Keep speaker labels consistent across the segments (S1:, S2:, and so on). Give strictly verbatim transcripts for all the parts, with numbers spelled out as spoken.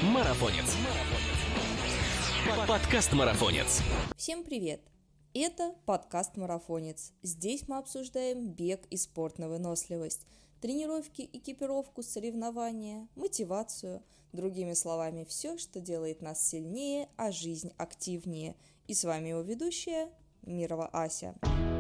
S1: Марафонец. Подкаст Марафонец.
S2: Всем привет! Это подкаст Марафонец. Здесь мы обсуждаем бег и спорт на выносливость, тренировки, экипировку, соревнования, мотивацию. Другими словами, все, что делает нас сильнее, а жизнь активнее. И с вами его ведущая Мирова Ася.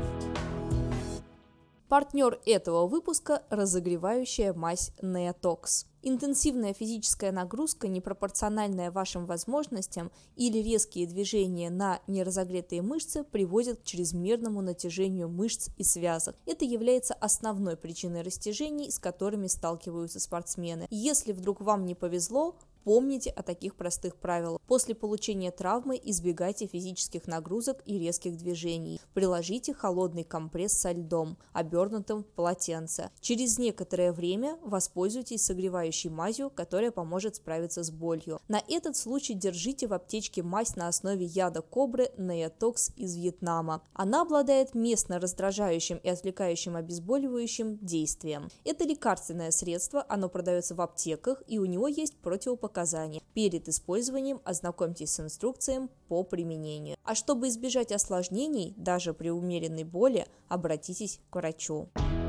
S2: Партнер этого выпуска – разогревающая мазь Neotox. Интенсивная физическая нагрузка, непропорциональная вашим возможностям или резкие движения на неразогретые мышцы приводят к чрезмерному натяжению мышц и связок. Это является основной причиной растяжений, с которыми сталкиваются спортсмены. Если вдруг вам не повезло, помните о таких простых правилах. После получения травмы избегайте физических нагрузок и резких движений. Приложите холодный компресс со льдом, обернутым в полотенце. Через некоторое время воспользуйтесь согревающей мазью, которая поможет справиться с болью. На этот случай держите в аптечке мазь на основе яда кобры Neotox из Вьетнама. Она обладает местно раздражающим и отвлекающим обезболивающим действием. Это лекарственное средство, оно продается в аптеках, и у него есть противопоказания. Перед использованием ознакомьтесь с инструкцией по применению. А чтобы избежать осложнений, даже при умеренной боли, обратитесь к врачу.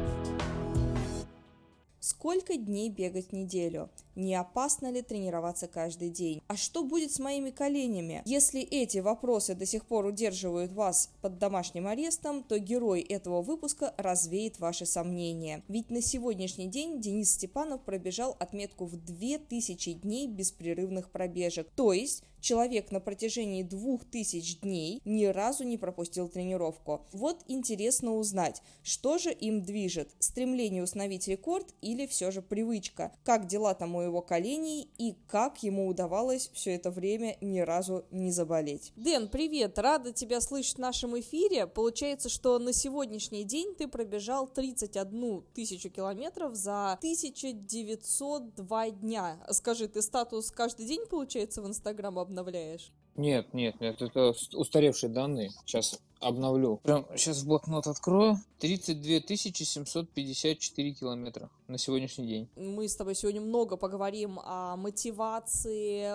S2: Сколько дней бегать в неделю? Не опасно ли тренироваться каждый день? А что будет с моими коленями? Если эти вопросы до сих пор удерживают вас под домашним арестом, то герой этого выпуска развеет ваши сомнения. Ведь на сегодняшний день Денис Степанов пробежал отметку в две тысячи дней беспрерывных пробежек. То есть человек на протяжении двух тысяч дней ни разу не пропустил тренировку. Вот интересно узнать, что же им движет? Стремление установить рекорд или все же привычка? Как дела там у его коленей и как ему удавалось все это время ни разу не заболеть? Дэн, привет! Рада тебя слышать в нашем эфире. Получается, что на сегодняшний день ты пробежал тридцать одну тысячу километров за тысяча девятьсот два дня. Скажи, ты статус каждый день, получается, в Инстаграм обновляешь?
S3: Нет, нет, нет, это устаревшие данные. Сейчас обновлю. Прям сейчас в блокнот открою. тридцать две тысячи семьсот пятьдесят четыре километра на сегодняшний день.
S2: Мы с тобой сегодня много поговорим о мотивации,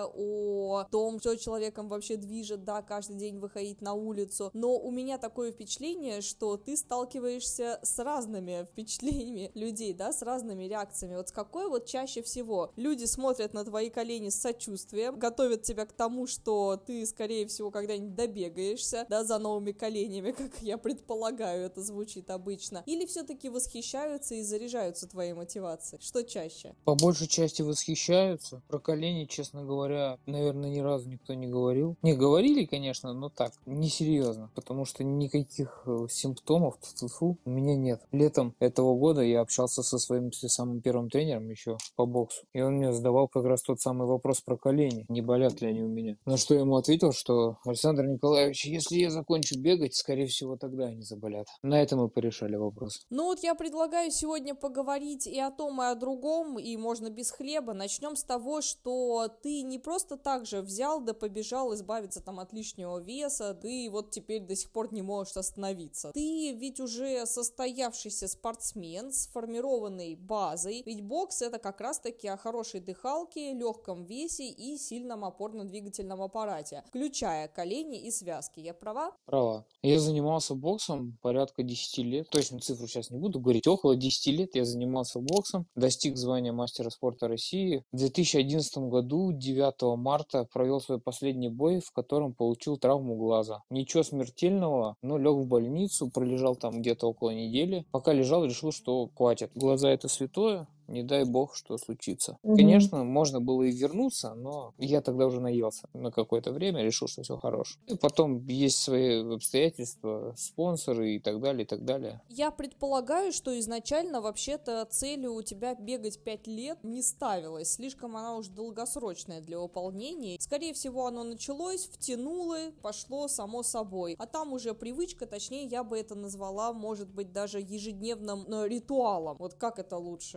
S2: о том, что человеком вообще движет, да, каждый день выходить на улицу. Но у меня такое впечатление, что ты сталкиваешься с разными впечатлениями людей, да, с разными реакциями. Вот с какой вот чаще всего люди смотрят на твои колени с сочувствием, готовят тебя к тому, что ты, скорее всего, когда-нибудь добегаешься, да, за новыми коленями, как я предполагаю, это звучит обычно, или все-таки восхищаются и заряжаются твоей мотивацией? Что чаще?
S3: По большей части восхищаются. Про колени, честно говоря, наверное, ни разу никто не говорил. Не, говорили, конечно, но так, несерьезно, потому что никаких симптомов тьфу-тьфу, у меня нет. Летом этого года я общался со своим самым первым тренером еще по боксу, и он мне задавал как раз тот самый вопрос про колени, не болят ли они у меня. На что я ему ответил, что: Александр Николаевич, если я закончу бегать, скорее всего, тогда они заболят. На этом мы порешали вопрос.
S2: Ну вот я предлагаю сегодня поговорить и о том, и о другом, и можно без хлеба. Начнем с того, что ты не просто так же взял да побежал избавиться там от лишнего веса, ты вот теперь до сих пор не можешь остановиться. Ты ведь уже состоявшийся спортсмен с сформированной базой, ведь бокс это как раз-таки о хорошей дыхалке, легком весе и сильном опорно-двигательном аппарате, включая колени и связки. Я права?
S3: Права. Я занимался боксом порядка десяти лет. Точно цифру сейчас не буду говорить. Около десяти лет я занимался боксом. Достиг звания мастера спорта России. В две тысячи одиннадцатом году, девятого марта, провел свой последний бой, в котором получил травму глаза. Ничего смертельного, но лег в больницу, пролежал там где-то около недели. Пока лежал, решил, что хватит. Глаза это святое. Не дай бог, что случится. Mm-hmm. Конечно, можно было и вернуться, но я тогда уже наелся на какое-то время, решил, что все хорошо. И потом есть свои обстоятельства, спонсоры и так далее, и так далее.
S2: Я предполагаю, что изначально вообще-то целью у тебя бегать пять лет не ставилась. Слишком она уж долгосрочная для выполнения. Скорее всего, оно началось, втянуло, пошло само собой. А там уже привычка, точнее, я бы это назвала, может быть, даже ежедневным ритуалом. Вот как это лучше обозначить?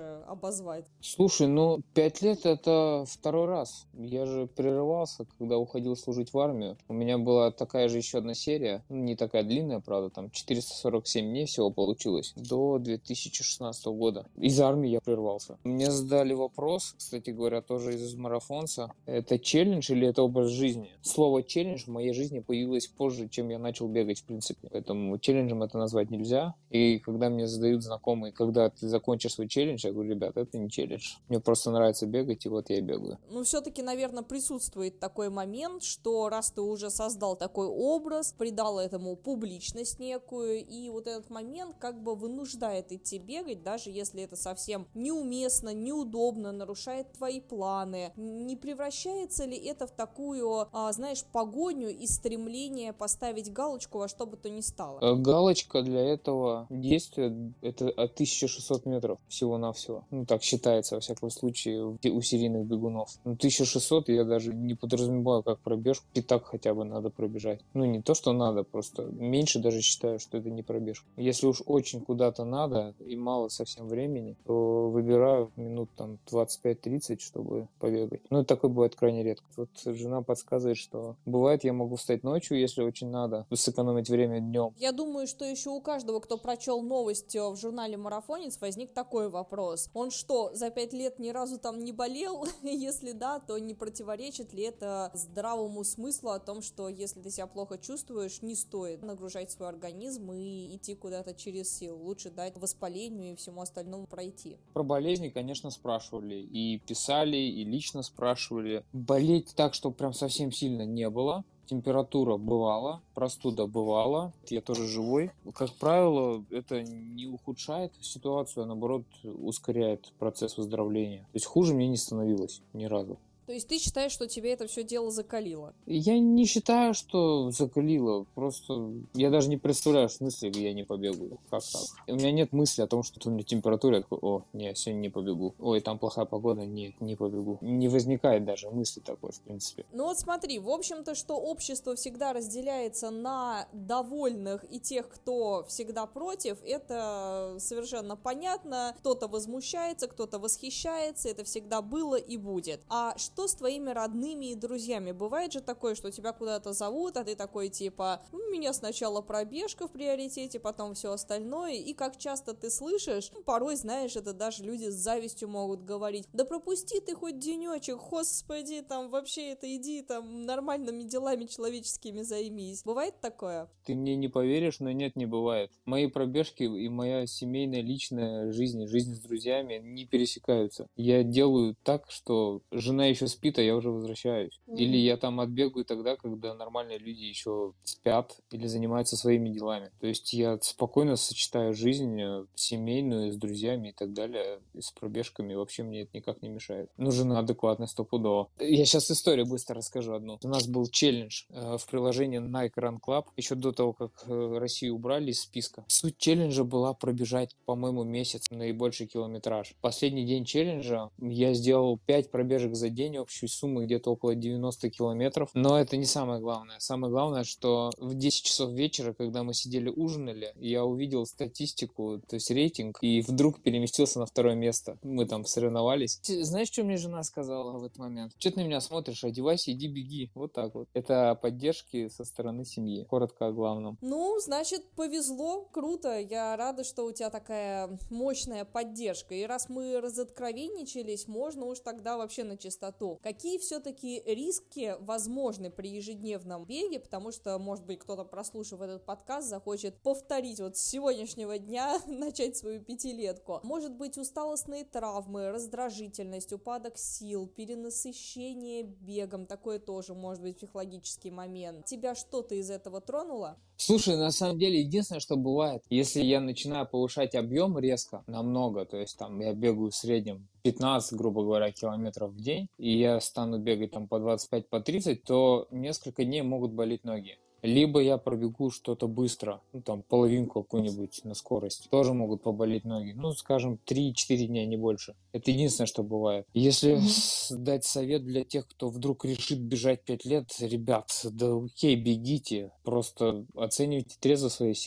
S2: позвать.
S3: Слушай, ну, пять лет это второй раз. Я же прерывался, когда уходил служить в армию. У меня была такая же еще одна серия, ну, не такая длинная, правда, там четыреста сорок семь дней всего получилось, до две тысячи шестнадцатого года. Из армии я прервался. Мне задали вопрос, кстати говоря, тоже из марафонца. Это челлендж или это образ жизни? Слово челлендж в моей жизни появилось позже, чем я начал бегать, в принципе. Поэтому челленджем это назвать нельзя. И когда мне задают знакомые, когда ты закончишь свой челлендж, я говорю, ребят, это не челлендж. Мне просто нравится бегать, и вот я бегаю.
S2: Ну, все-таки, наверное, присутствует такой момент, что раз ты уже создал такой образ, придал этому публичность некую, и вот этот момент как бы вынуждает идти бегать, даже если это совсем неуместно, неудобно, нарушает твои планы. Не превращается ли это в такую, а, знаешь, погоню и стремление поставить галочку во что бы то ни стало?
S3: Э, Галочка для этого действия это от тысячи шестисот метров всего-навсего. Ну, так считается, во всяком случае, у у серийных бегунов. Ну, тысяча шестьсот я даже не подразумеваю как пробежку. И так хотя бы надо пробежать. Ну, не то, что надо, просто меньше даже считаю, что это не пробежка. Если уж очень куда-то надо и мало совсем времени, то выбираю минут там двадцать пять тридцать, чтобы побегать. Ну, это такое бывает крайне редко. Вот жена подсказывает, что бывает, я могу встать ночью, если очень надо, сэкономить время днем.
S2: Я думаю, что еще у каждого, кто прочел новость в журнале «Марафонец», возник такой вопрос. Он что, за пять лет ни разу там не болел? Если да, то не противоречит ли это здравому смыслу о том, что если ты себя плохо чувствуешь, не стоит нагружать свой организм и идти куда-то через силу. Лучше дать воспалению и всему остальному пройти.
S3: Про болезни, конечно, спрашивали. И писали, и лично спрашивали. Болеть так, что прям совсем сильно не было. Температура бывала, простуда бывала, я тоже живой. Как правило, это не ухудшает ситуацию, а наоборот ускоряет процесс выздоровления. То есть хуже мне не становилось ни разу.
S2: То есть ты считаешь, что тебе это все дело закалило?
S3: Я не считаю, что закалило. Просто я даже не представляю, в смысле я не побегу. Как так? У меня нет мысли о том, что у меня температура. Я такой, о, не, сегодня не побегу. Ой, там плохая погода, не, не побегу. Не возникает даже мысли такой, в принципе.
S2: Ну вот смотри, в общем-то, что общество всегда разделяется на довольных и тех, кто всегда против, это совершенно понятно. Кто-то возмущается, кто-то восхищается, это всегда было и будет. А что Что с твоими родными и друзьями? Бывает же такое, что тебя куда-то зовут, а ты такой типа, у меня сначала пробежка в приоритете, потом все остальное, и как часто ты слышишь, ну, порой, знаешь, это даже люди с завистью могут говорить, да пропусти ты хоть денечек, господи, там вообще это иди там нормальными делами человеческими займись. Бывает такое?
S3: Ты мне не поверишь, но нет, не бывает. Мои пробежки и моя семейная, личная жизнь, жизнь с друзьями не пересекаются. Я делаю так, что жена еще спит, а я уже возвращаюсь. Mm-hmm. Или я там отбегаю тогда, когда нормальные люди еще спят или занимаются своими делами. То есть я спокойно сочетаю жизнь семейную с друзьями и так далее, и с пробежками. Вообще мне это никак не мешает. Ну, жена адекватная, стопудово. Я сейчас историю быстро расскажу одну. У нас был челлендж э, в приложении Nike Run Club еще до того, как э, Россию убрали из списка. Суть челленджа была пробежать, по-моему, месяц, наибольший километраж. Последний день челленджа я сделал пять пробежек за день, общей суммы где-то около девяносто километров. Но это не самое главное. Самое главное, что в десять часов вечера, когда мы сидели ужинали, я увидел статистику, то есть рейтинг, и вдруг переместился на второе место. Мы там соревновались. Знаешь, что мне жена сказала в этот момент? Что ты на меня смотришь? Одевайся, иди беги. Вот так вот. Это о поддержке со стороны семьи. Коротко о главном.
S2: Ну, значит, повезло. Круто. Я рада, что у тебя такая мощная поддержка. И раз мы разоткровенничались, можно уж тогда вообще на чистоту. Какие все-таки риски возможны при ежедневном беге, потому что, может быть, кто-то, прослушав этот подкаст, захочет повторить вот с сегодняшнего дня, начать свою пятилетку. Может быть, усталостные травмы, раздражительность, упадок сил, перенасыщение бегом, такое тоже может быть психологический момент. Тебя что-то из этого тронуло?
S3: Слушай, на самом деле, единственное, что бывает, если я начинаю повышать объем резко, намного, то есть там я бегаю в среднем пятнадцать, грубо говоря, километров в день, и я стану бегать там по двадцать пять, по тридцать, то несколько дней могут болеть ноги. Либо я пробегу что-то быстро, ну там половинку какую-нибудь на скорость, тоже могут поболеть ноги. Ну, скажем, три-четыре дня, не больше. Это единственное, что бывает. Если mm-hmm. дать совет для тех, кто вдруг решит бежать пять лет, ребят, да окей, бегите, просто оценивайте трезво свои силы.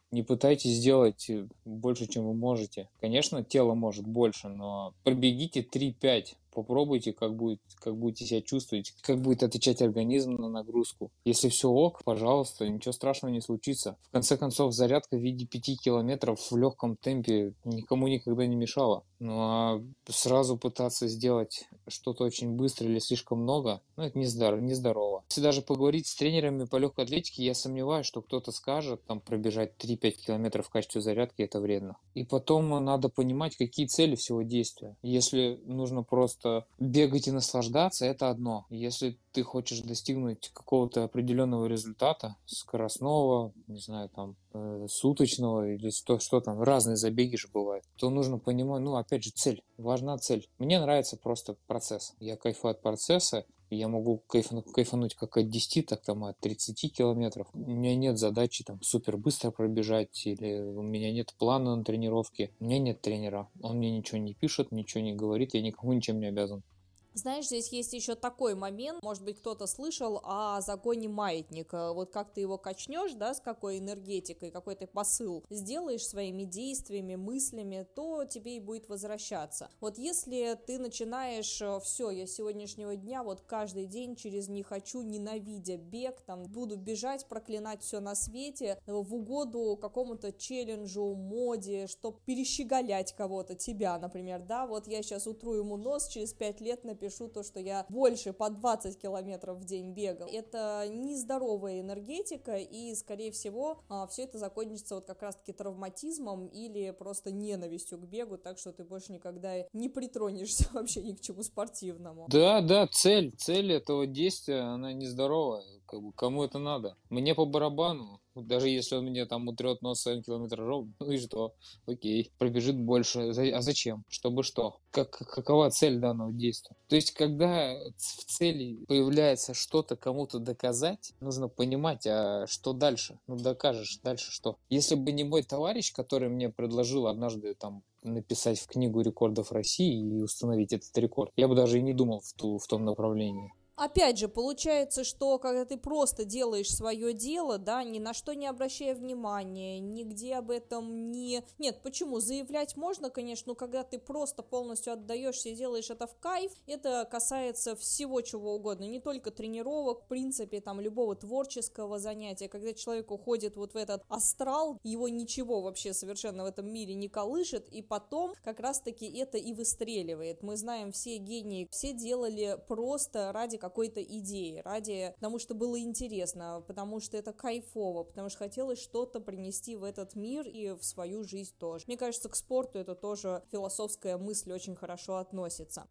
S3: Не пытайтесь сделать э, больше, чем вы можете. Конечно, тело может больше, но пробегите три-пять. Попробуйте, как будет, как будете себя чувствовать, как будет отвечать организм на нагрузку. Если все ок, пожалуйста, ничего страшного не случится. В конце концов, зарядка в виде пяти километров в легком темпе никому никогда не мешала. Ну а сразу пытаться сделать что-то очень быстро или слишком много, ну это нездор- нездорово. Если даже поговорить с тренерами по легкой атлетике, я сомневаюсь, что кто-то скажет, там пробежать три-пять километров в качестве зарядки это вредно. И потом э, надо понимать, какие цели всего действия. Если нужно просто бегать и наслаждаться, это одно. Если ты хочешь достигнуть какого-то определенного результата, скоростного, не знаю, там, э, суточного или что, что там, разные забеги же бывают, то нужно понимать, ну, опять же, цель. Важна цель. Мне нравится просто процесс. Я кайфую от процесса. Я могу кайфану- кайфануть как от десяти, так там от тридцати километров. У меня нет задачи там супер быстро пробежать, или у меня нет плана на тренировки. У меня нет тренера. Он мне ничего не пишет, ничего не говорит, я никому ничем не обязан.
S2: Знаешь, здесь есть еще такой момент, может быть, кто-то слышал о законе маятника. Вот как ты его качнешь, да, с какой энергетикой, какой ты посыл сделаешь своими действиями, мыслями, то тебе и будет возвращаться. Вот если ты начинаешь, все, я с сегодняшнего дня вот каждый день через «не хочу», ненавидя бег, там, буду бежать, проклинать все на свете в угоду какому-то челленджу, моде, чтобы перещеголять кого-то, тебя, например, да, вот я сейчас утру ему нос, через пять лет напишу то, что я больше по двадцать километров в день бегал. Это нездоровая энергетика, и, скорее всего, все это закончится вот как раз-таки травматизмом или просто ненавистью к бегу, так что ты больше никогда не притронешься вообще ни к чему спортивному.
S3: Да, да, цель, цель этого действия, она нездоровая. Как бы, кому это надо? Мне по барабану. Даже если он мне там утрет нос своим километражом, ну и что? Окей, пробежит больше. За- А зачем? Чтобы что? Как, какова цель данного действия? То есть, когда в цели появляется что-то кому-то доказать, нужно понимать, а что дальше? Ну, докажешь, дальше что? Если бы не мой товарищ, который мне предложил однажды там написать в книгу рекордов России и установить этот рекорд, я бы даже и не думал в, ту, в том направлении.
S2: Опять же, получается, что когда ты просто делаешь свое дело, да, ни на что не обращая внимания, нигде об этом не... Нет, почему? Заявлять можно, конечно, но когда ты просто полностью отдаешься и делаешь это в кайф, это касается всего чего угодно, не только тренировок, в принципе, там, любого творческого занятия, когда человек уходит вот в этот астрал, его ничего вообще совершенно в этом мире не колышет, и потом как раз-таки это и выстреливает. Мы знаем, все гении, все делали просто ради какой-то идеи, ради, потому что было интересно, потому что это кайфово, потому что хотелось что-то принести в этот мир и в свою жизнь тоже. Мне кажется, к спорту это тоже философская мысль очень хорошо относится.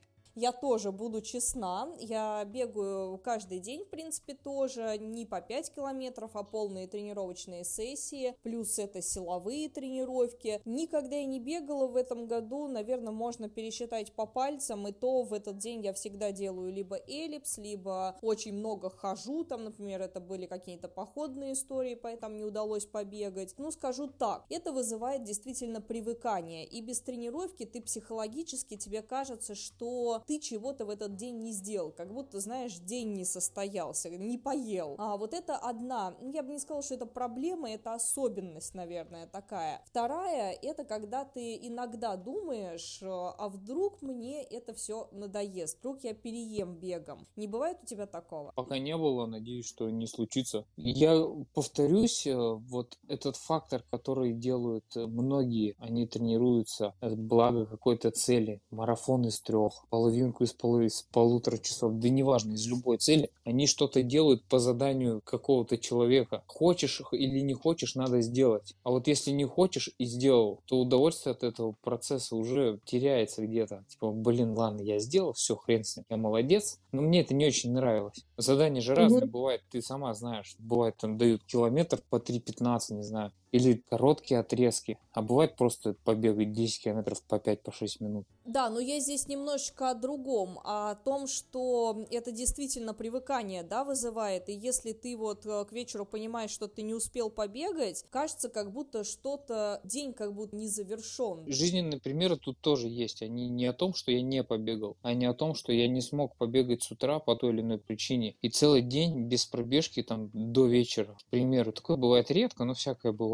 S2: Я тоже буду честна, я бегаю каждый день, в принципе, тоже, не по пять километров, а полные тренировочные сессии, плюс это силовые тренировки. Никогда я не бегала в этом году, наверное, можно пересчитать по пальцам, и то в этот день я всегда делаю либо эллипс, либо очень много хожу, там, например, это были какие-то походные истории, поэтому не удалось побегать. Ну, скажу так, это вызывает действительно привыкание, и без тренировки ты психологически, тебе кажется, что ты чего-то в этот день не сделал, как будто, знаешь, день не состоялся, не поел. А вот это одна, я бы не сказала, что это проблема, это особенность, наверное, такая. Вторая, это когда ты иногда думаешь, а вдруг мне это все надоест, вдруг я переем бегом. Не бывает у тебя такого?
S3: Пока не было, надеюсь, что не случится. Я повторюсь, э, вот этот фактор, который делают э, многие, они тренируются, э, благо какой-то цели, марафон из трех, половинку из, полу- из полутора часов, да неважно, из любой цели, они что-то делают по заданию какого-то человека. Хочешь или не хочешь, надо сделать. А вот если не хочешь и сделал, то удовольствие от этого процесса уже теряется где-то. Типа, блин, ладно, я сделал, все, хрен с ним, я молодец, но мне это не очень нравилось. Задания же разные бывают, ты сама знаешь. Бывает, там дают километр по три пятнадцать, не знаю. Или короткие отрезки. А бывает просто побегать десять километров по пять-шесть минут.
S2: Да, но я здесь немножечко о другом, о том, что это действительно привыкание, да, вызывает, и если ты вот к вечеру понимаешь, что ты не успел побегать, кажется, как будто что-то, день как будто не завершен.
S3: Жизненные примеры тут тоже есть. Они не о том, что я не побегал, а не о том, что я не смог побегать с утра по той или иной причине. И целый день без пробежки там до вечера. К примеру, такое бывает редко, но всякое бывало.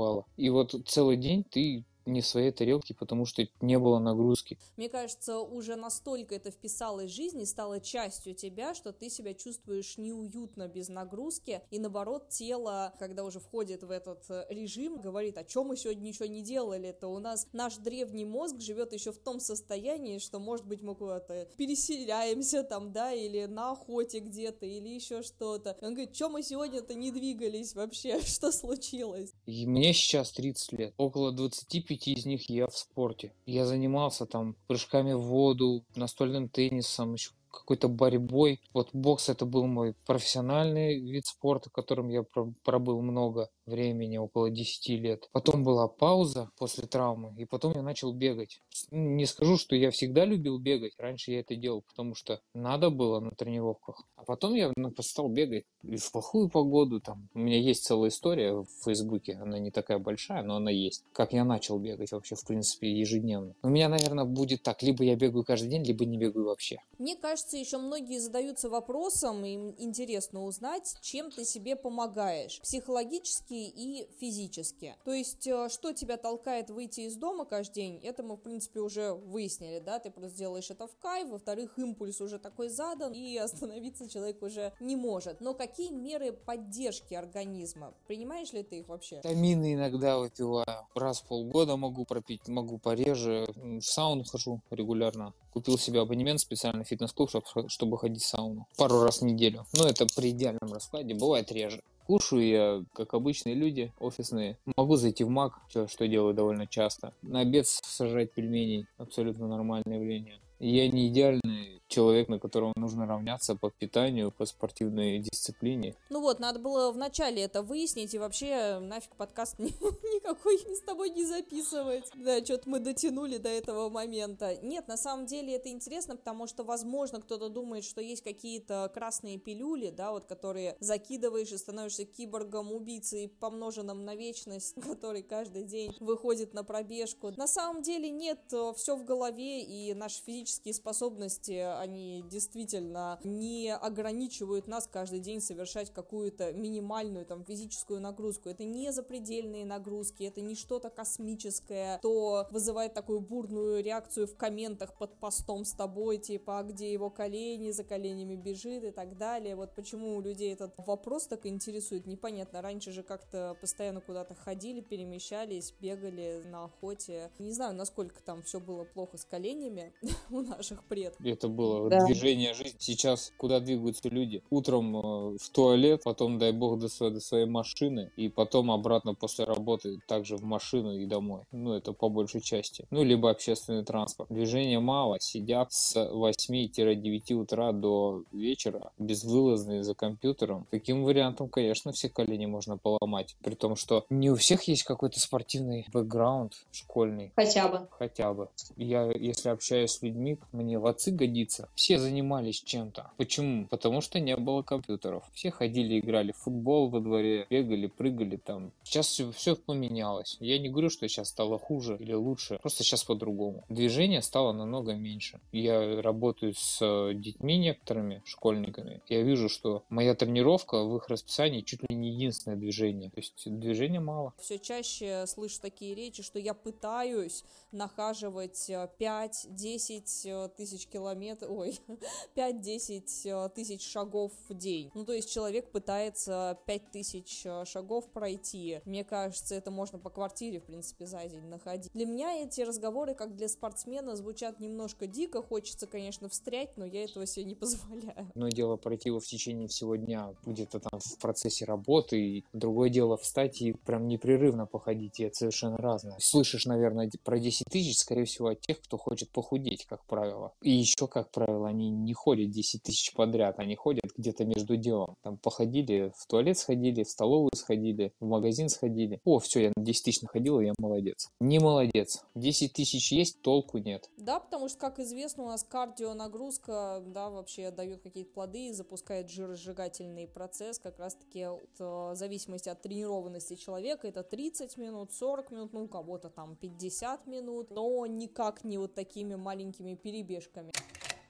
S3: бывало. И вот целый день ты не в своей тарелке, потому что не было нагрузки.
S2: Мне кажется, уже настолько это вписалось в жизнь и стало частью тебя, что ты себя чувствуешь неуютно без нагрузки, и наоборот, тело, когда уже входит в этот режим, говорит, о чем мы сегодня ничего не делали, то у нас наш древний мозг живет еще в том состоянии, что, может быть, мы куда-то переселяемся там, да, или на охоте где-то, или еще что-то. Он говорит, что мы сегодня-то не двигались вообще, что случилось?
S3: И мне сейчас тридцать лет, около двадцати пяти из них я в спорте. Я занимался там прыжками в воду, настольным теннисом, еще какой-то борьбой. Вот бокс это был мой профессиональный вид спорта, которым я пробыл много времени, около десяти лет. Потом была пауза после травмы, и потом я начал бегать. Не скажу, что я всегда любил бегать. Раньше я это делал, потому что надо было на тренировках. А потом я ну, стал бегать и в плохую погоду. Там. У меня есть целая история в Фейсбуке. Она не такая большая, но она есть. Как я начал бегать вообще, в принципе, ежедневно. У меня, наверное, будет так. Либо я бегаю каждый день, либо не бегаю вообще.
S2: Мне кажется, еще многие задаются вопросом, им интересно узнать, чем ты себе помогаешь, психологически и физически. То есть, что тебя толкает выйти из дома каждый день, это мы, в принципе, уже выяснили, да, ты просто делаешь это в кайф, во-вторых, импульс уже такой задан, и остановиться человек уже не может. Но какие меры поддержки организма? Принимаешь ли ты их вообще?
S3: Витамины иногда выпиваю, раз в полгода могу пропить, могу пореже, в сауну хожу регулярно. Купил себе абонемент специально в фитнес-клуб, чтобы ходить в сауну пару раз в неделю. Но это при идеальном раскладе, бывает реже. Кушаю я, как обычные люди, офисные. Могу зайти в Мак, что, что делаю довольно часто. На обед сажать пельменей, абсолютно нормальное явление. Я не идеальный человек, на которого нужно равняться по питанию, по спортивной дисциплине.
S2: Ну вот, надо было вначале это выяснить, и вообще нафиг подкаст никакой с тобой не записывать. Да, что-то мы дотянули до этого момента. Нет, на самом деле это интересно, потому что, возможно, кто-то думает, что есть какие-то красные пилюли, да, вот, которые закидываешь и становишься киборгом, убийцей, помноженным на вечность, который каждый день выходит на пробежку. На самом деле нет, все в голове, и наши физические способности, они действительно не ограничивают нас каждый день совершать какую-то минимальную там физическую нагрузку. Это не запредельные нагрузки, это не что-то космическое, то вызывает такую бурную реакцию в комментах под постом с тобой, типа, а где его колени, за коленями бежит и так далее. Вот почему у людей этот вопрос так интересует, непонятно. Раньше же как-то постоянно куда-то ходили, перемещались, бегали на охоте. Не знаю, насколько там все было плохо с коленями у наших предков.
S3: Это было
S2: Да.
S3: движение жизни. Сейчас куда двигаются люди? Утром э, в туалет, потом, дай бог, до своей, до своей машины, и потом обратно после работы также в машину и домой. Ну, это по большей части. Ну, либо общественный транспорт. Движения мало, сидят с восьми-девяти утра до вечера, безвылазные за компьютером. Таким вариантом, конечно, все колени можно поломать. При том, что не у всех есть какой-то спортивный бэкграунд школьный.
S2: Хотя бы.
S3: Хотя бы. Я, если общаюсь с людьми, мне в отцы годится. Все занимались чем-то. Почему? Потому что не было компьютеров. Все ходили, играли в футбол во дворе, бегали, прыгали там. Сейчас все, все поменялось. Я не говорю, что сейчас стало хуже или лучше. Просто сейчас по-другому. Движение стало намного меньше. Я работаю с детьми некоторыми, школьниками. Я вижу, что моя тренировка в их расписании чуть ли не единственное движение. То есть движения мало.
S2: Все чаще слышу такие речи, что я пытаюсь нахаживать пять-десять тысяч километров, ой, пять-десять тысяч шагов в день. Ну, то есть человек пытается пять тысяч шагов пройти. Мне кажется, это можно по квартире, в принципе, за день находить. Для меня эти разговоры, как для спортсмена, звучат немножко дико. Хочется, конечно, встрять, но я этого себе не позволяю.
S3: Одно дело пройти его в течение всего дня, где-то там в процессе работы, и другое дело встать и прям непрерывно походить, и это совершенно разное. Слышишь, наверное, про десять тысяч, скорее всего, от тех, кто хочет похудеть, как правило. И еще, как правило, они не ходят десять тысяч подряд, они ходят где-то между делом. Там походили, в туалет сходили, в столовую сходили, в магазин сходили. О, все, я на десять тысяч находил, и я молодец. Не молодец. десять тысяч есть, толку нет.
S2: Да, потому что, как известно, у нас кардионагрузка, да, вообще дает какие-то плоды, запускает жиросжигательный процесс, как раз-таки от э, зависимости от тренированности человека, это тридцать минут, сорок минут, ну, у кого-то там пятьдесят минут, но никак не вот такими маленькими перебежками.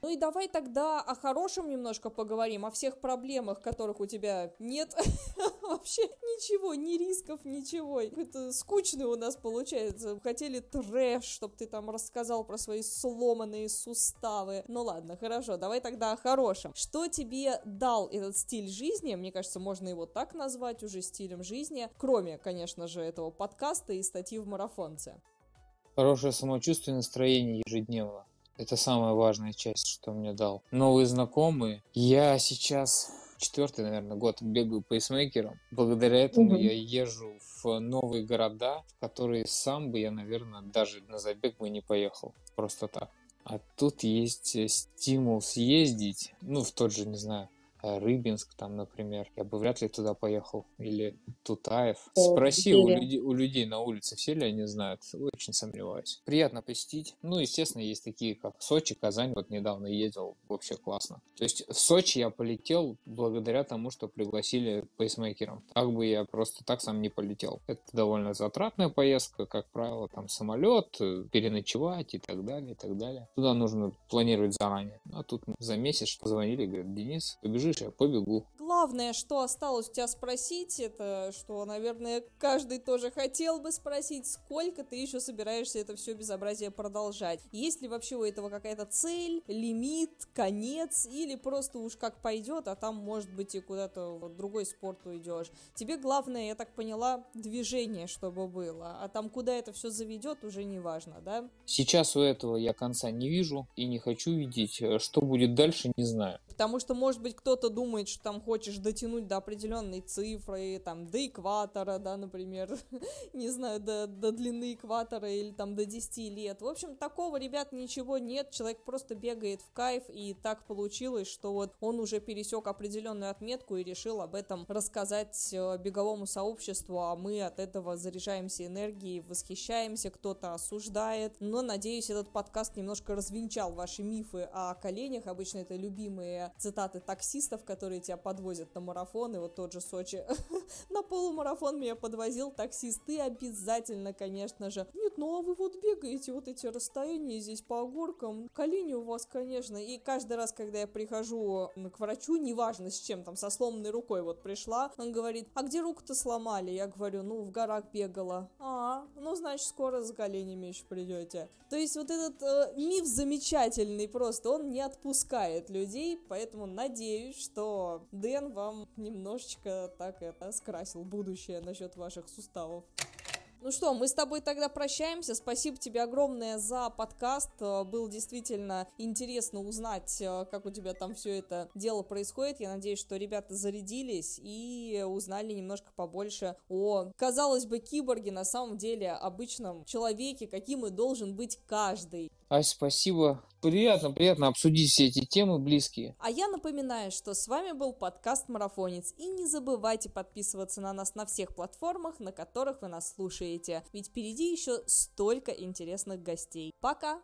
S2: Ну и давай тогда о хорошем немножко поговорим, о всех проблемах, которых у тебя нет. Вообще ничего, ни рисков, ничего. Это скучно у нас получается. Хотели трэш, чтобы ты там рассказал про свои сломанные суставы. Ну ладно, хорошо, давай тогда о хорошем. Что тебе дал этот стиль жизни? Мне кажется, можно его так назвать уже стилем жизни, кроме, конечно же, этого подкаста и статьи в Марафонце.
S3: Хорошее самочувствие и настроение ежедневно. Это самая важная часть, что мне дал. Новые знакомые. Я сейчас четвертый, наверное, год бегаю пейсмейкером. Благодаря этому
S2: Мгм.
S3: я езжу в новые города, в которые сам бы я, наверное, даже на забег бы не поехал. Просто так. А тут есть э, стимул съездить, ну, в тот же, не знаю, э, Рыбинск там, например. Я бы вряд ли туда поехал. Или Тутаев.
S2: О,
S3: Спроси у
S2: где?
S3: людей, у людей на улице, все ли они знают. Очень сомневаюсь. Приятно посетить. Ну, естественно, есть такие, как Сочи, Казань. Вот недавно ездил. Вообще классно. То есть в Сочи я полетел благодаря тому, что пригласили пейсмейкером. Так бы я просто так сам не полетел. Это довольно затратная поездка, как правило. Там самолет, э, переночевать и так далее, и так далее. Туда нужно планировать заранее. А тут за месяц позвонили, говорят: Денис, побежишь, я побегу.
S2: Главное, что осталось у тебя спросить, это что, наверное, каждый тоже хотел бы спросить, сколько ты еще собираешься это все безобразие продолжать. Есть ли вообще у этого какая-то цель, лимит, конец, или просто уж как пойдет, а там, может быть, и куда-то в другой спорт уйдешь. Тебе главное, я так поняла, движение, чтобы было, а там куда это все заведет, уже не важно, да?
S3: Сейчас у этого я конца не вижу и не хочу видеть. Э, Что будет дальше, не знаю.
S2: Потому что, может быть, кто-то думает, что там хочешь дотянуть до определенной цифры, там, до экватора, да, например, не знаю, до, до длины экватора или там до десяти лет. В общем, такого, ребят, ничего нет, человек просто бегает в кайф, и так получилось, что вот он уже пересек определенную отметку и решил об этом рассказать э, беговому сообществу, а мы от этого заряжаемся энергией, восхищаемся, кто-то осуждает. Но, надеюсь, этот подкаст немножко развенчал ваши мифы о коленях. Обычно это любимые цитаты таксистов, которые тебя подвозят на марафон, и вот тот же Сочи на полумарафон меня подвозил таксист. Ты обязательно, конечно же. Нет, ну а вы вот бегаете вот эти расстояния здесь по огоркам, колени у вас, конечно. И каждый раз, когда я прихожу к врачу, неважно с чем, там, со сломанной рукой вот пришла, он говорит: а где руку-то сломали? Я говорю: ну, в горах бегала. А, ну, значит, скоро с коленями еще придете. То есть вот этот э, миф замечательный просто, он не отпускает людей, поэтому надеюсь, что Дэн вам немножечко так это скрасил будущее насчет ваших суставов. Ну что, мы с тобой тогда прощаемся. Спасибо тебе огромное за подкаст. Было действительно интересно узнать, как у тебя там все это дело происходит. Я надеюсь, что ребята зарядились и узнали немножко побольше о, казалось бы, киборге, на самом деле обычном человеке, каким и должен быть каждый.
S3: Ась, спасибо. Приятно, приятно обсудить все эти темы близкие.
S2: А я напоминаю, что с вами был подкаст «Марафонец». И не забывайте подписываться на нас на всех платформах, на которых вы нас слушаете. Ведь впереди еще столько интересных гостей. Пока!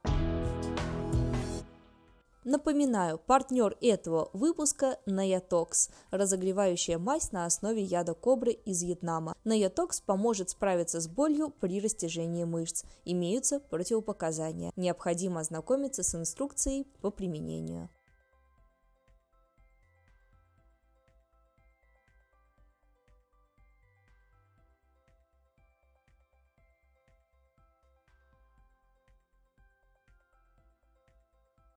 S2: Напоминаю, партнер этого выпуска – Наятокс, разогревающая мазь на основе яда кобры из Вьетнама. Наятокс поможет справиться с болью при растяжении мышц. Имеются противопоказания. Необходимо ознакомиться с инструкцией по применению.